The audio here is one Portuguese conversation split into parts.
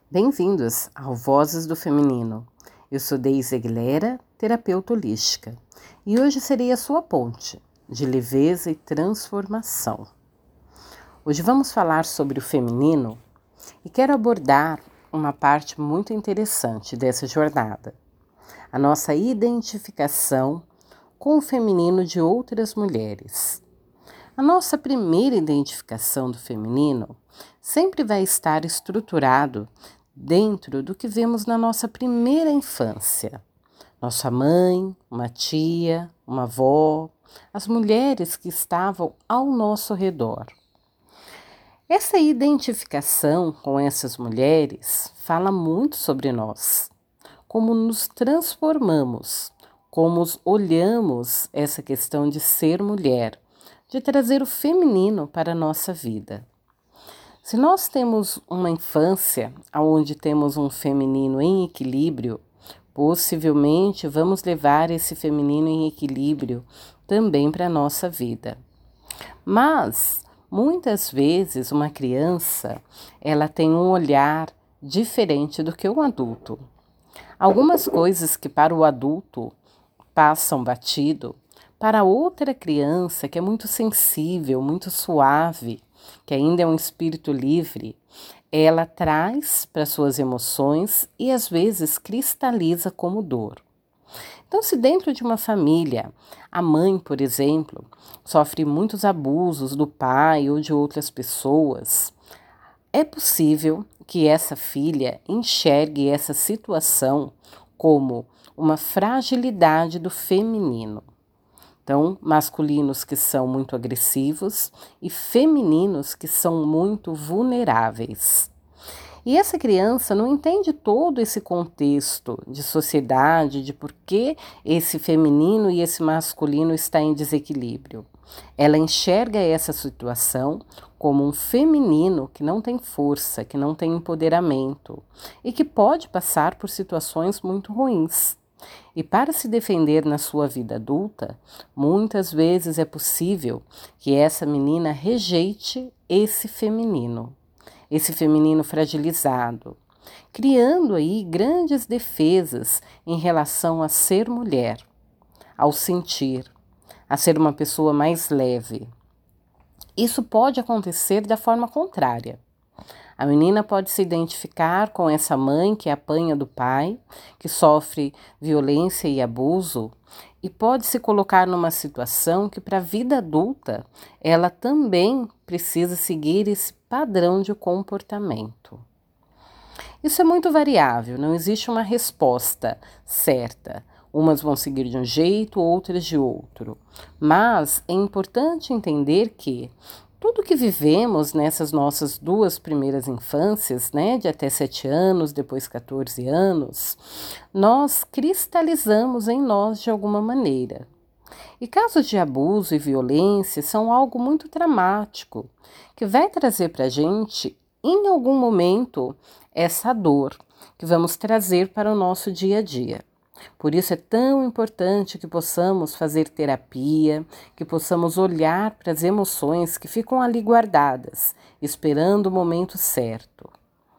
Bem-vindos ao Vozes do Feminino. Eu sou Deise Aguilera, terapeuta holística, e hoje serei a sua ponte de leveza e transformação. Hoje vamos falar sobre o feminino e quero abordar uma parte muito interessante dessa jornada, a nossa identificação com o feminino de outras mulheres. A nossa primeira identificação do feminino sempre vai estar estruturado dentro do que vemos na nossa primeira infância. Nossa mãe, uma tia, uma avó, as mulheres que estavam ao nosso redor. Essa identificação com essas mulheres fala muito sobre nós, como nos transformamos, como olhamos essa questão de ser mulher, de trazer o feminino para a nossa vida. Se nós temos uma infância onde temos um feminino em equilíbrio, possivelmente vamos levar esse feminino em equilíbrio também para a nossa vida. Mas, muitas vezes, uma criança, ela tem um olhar diferente do que um adulto. Algumas coisas que para o adulto passam batido, para outra criança que é muito sensível, muito suave, que ainda é um espírito livre, ela traz para suas emoções e às vezes cristaliza como dor. Então, se dentro de uma família, a mãe, por exemplo, sofre muitos abusos do pai ou de outras pessoas, é possível que essa filha enxergue essa situação como uma fragilidade do feminino. Então, masculinos que são muito agressivos e femininos que são muito vulneráveis. E essa criança não entende todo esse contexto de sociedade, de por que esse feminino e esse masculino está em desequilíbrio. Ela enxerga essa situação como um feminino que não tem força, que não tem empoderamento e que pode passar por situações muito ruins. E para se defender na sua vida adulta, muitas vezes é possível que essa menina rejeite esse feminino fragilizado, criando aí grandes defesas em relação a ser mulher, ao sentir, a ser uma pessoa mais leve. Isso pode acontecer da forma contrária. A menina pode se identificar com essa mãe que apanha do pai, que sofre violência e abuso, e pode se colocar numa situação que para a vida adulta ela também precisa seguir esse padrão de comportamento. Isso é muito variável, não existe uma resposta certa. Umas vão seguir de um jeito, outras de outro. Mas é importante entender que tudo que vivemos nessas nossas duas primeiras infâncias, de até 7 anos, depois 14 anos, nós cristalizamos em nós de alguma maneira. E casos de abuso e violência são algo muito dramático, que vai trazer para a gente, em algum momento, essa dor que vamos trazer para o nosso dia a dia. Por isso é tão importante que possamos fazer terapia, que possamos olhar para as emoções que ficam ali guardadas, esperando o momento certo.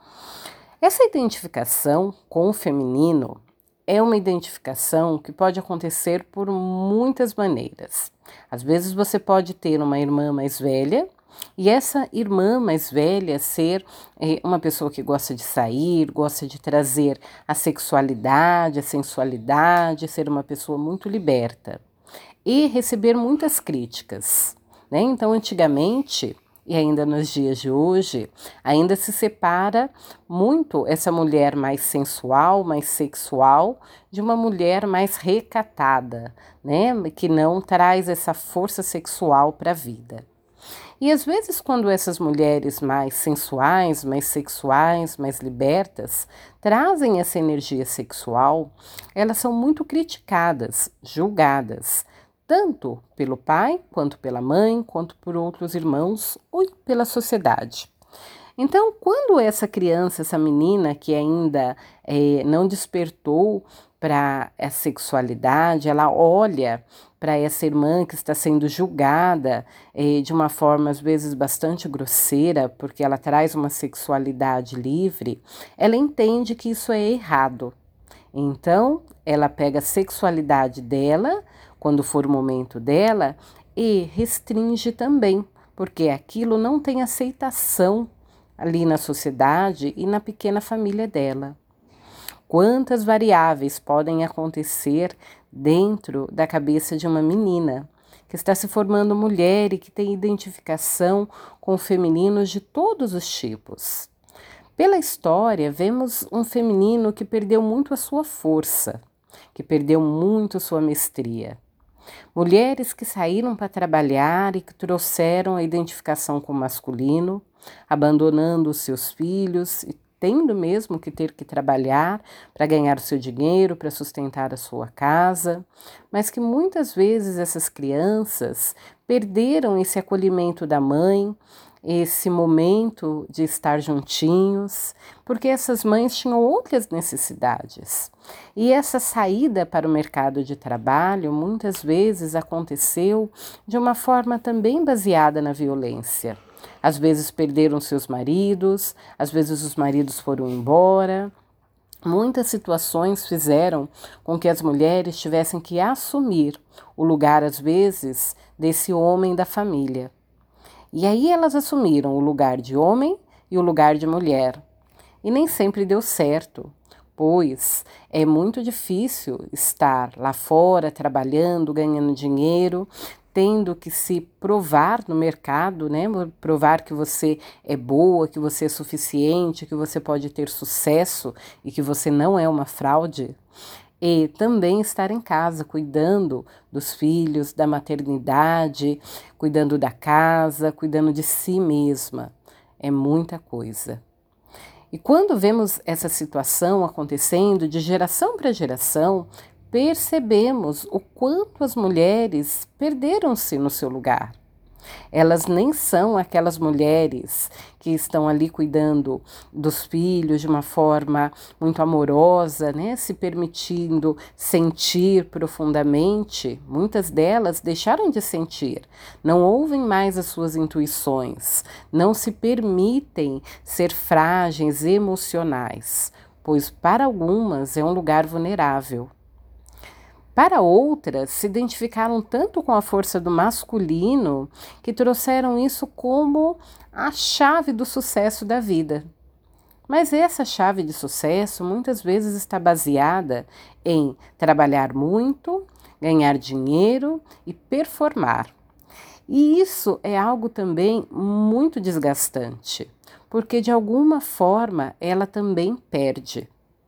Essa identificação com o feminino é uma identificação que pode acontecer por muitas maneiras. Às vezes você pode ter uma irmã mais velha, e essa irmã mais velha ser uma pessoa que gosta de sair, gosta de trazer a sexualidade, a sensualidade, ser uma pessoa muito liberta e receber muitas críticas, Então, antigamente, e ainda nos dias de hoje, ainda se separa muito essa mulher mais sensual, mais sexual, de uma mulher mais recatada, que não traz essa força sexual para a vida. E às vezes quando essas mulheres mais sensuais, mais sexuais, mais libertas, trazem essa energia sexual, elas são muito criticadas, julgadas, tanto pelo pai, quanto pela mãe, quanto por outros irmãos ou pela sociedade. Então, quando essa criança, essa menina que ainda não despertou para a sexualidade, ela olha para essa irmã que está sendo julgada de uma forma às vezes bastante grosseira, porque ela traz uma sexualidade livre, ela entende que isso é errado. Então, ela pega a sexualidade dela, quando for o momento dela, e restringe também, porque aquilo não tem aceitação ali na sociedade e na pequena família dela. Quantas variáveis podem acontecer dentro da cabeça de uma menina que está se formando mulher e que tem identificação com femininos de todos os tipos. Pela história, vemos um feminino que perdeu muito a sua força, que perdeu muito sua mestria. Mulheres que saíram para trabalhar e que trouxeram a identificação com o masculino, abandonando os seus filhos e tendo mesmo que ter que trabalhar para ganhar o seu dinheiro, para sustentar a sua casa, mas que muitas vezes essas crianças perderam esse acolhimento da mãe, esse momento de estar juntinhos, porque essas mães tinham outras necessidades. E essa saída para o mercado de trabalho muitas vezes aconteceu de uma forma também baseada na violência. Às vezes perderam seus maridos, às vezes os maridos foram embora. Muitas situações fizeram com que as mulheres tivessem que assumir o lugar, às vezes, desse homem da família. E aí elas assumiram o lugar de homem e o lugar de mulher. E nem sempre deu certo, pois é muito difícil estar lá fora, trabalhando, ganhando dinheiro, tendo que se provar no mercado, né? Provar que você é boa, que você é suficiente, que você pode ter sucesso e que você não é uma fraude. E também estar em casa, cuidando dos filhos, da maternidade, cuidando da casa, cuidando de si mesma. É muita coisa. E quando vemos essa situação acontecendo de geração para geração, percebemos o quanto as mulheres perderam-se no seu lugar. Elas nem são aquelas mulheres que estão ali cuidando dos filhos de uma forma muito amorosa, né? Se permitindo sentir profundamente. Muitas delas deixaram de sentir, não ouvem mais as suas intuições, não se permitem ser frágeis emocionais, pois para algumas é um lugar vulnerável. Para outras, se identificaram tanto com a força do masculino que trouxeram isso como a chave do sucesso da vida. Mas essa chave de sucesso muitas vezes está baseada em trabalhar muito, ganhar dinheiro e performar. E isso é algo também muito desgastante, porque de alguma forma ela também perde.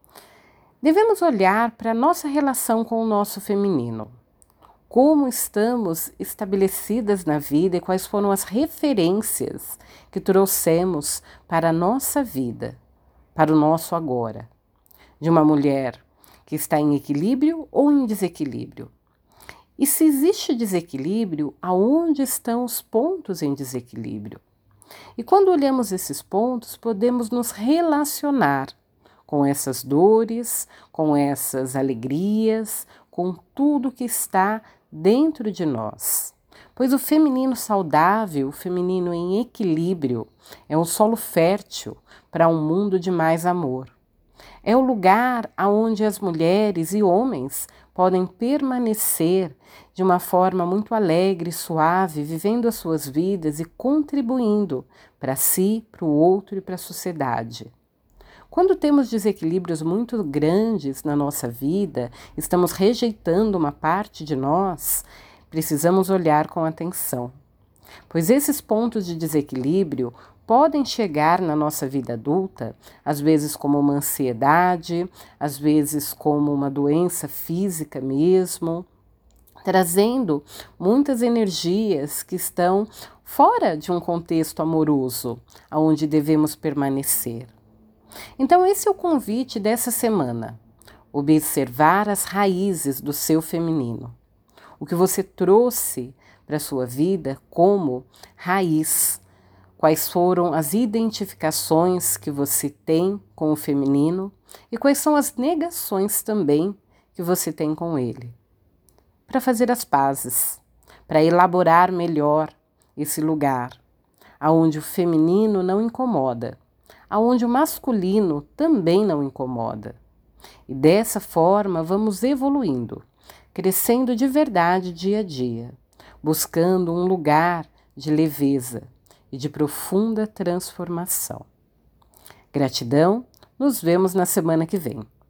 Devemos olhar para a nossa relação com o nosso feminino. Como estamos estabelecidas na vida e quais foram as referências que trouxemos para a nossa vida, para o nosso agora. De uma mulher que está em equilíbrio ou em desequilíbrio. E se existe desequilíbrio, aonde estão os pontos em desequilíbrio? E quando olhamos esses pontos, podemos nos relacionar com essas dores, com essas alegrias, com tudo que está dentro de nós. Pois o feminino saudável, o feminino em equilíbrio, é um solo fértil para um mundo de mais amor. É o lugar onde as mulheres e homens podem permanecer de uma forma muito alegre e suave, vivendo as suas vidas e contribuindo para si, para o outro e para a sociedade. Quando temos desequilíbrios muito grandes na nossa vida, estamos rejeitando uma parte de nós, precisamos olhar com atenção. Pois esses pontos de desequilíbrio podem chegar na nossa vida adulta, às vezes como uma ansiedade, às vezes como uma doença física mesmo, trazendo muitas energias que estão fora de um contexto amoroso, onde devemos permanecer. Então esse é o convite dessa semana, observar as raízes do seu feminino, o que você trouxe para a sua vida como raiz, quais foram as identificações que você tem com o feminino e quais são as negações também que você tem com ele. Para fazer as pazes, para elaborar melhor esse lugar, aonde o feminino não incomoda, aonde o masculino também não incomoda. E dessa forma vamos evoluindo, crescendo de verdade dia a dia, buscando um lugar de leveza e de profunda transformação. Gratidão, nos vemos na semana que vem.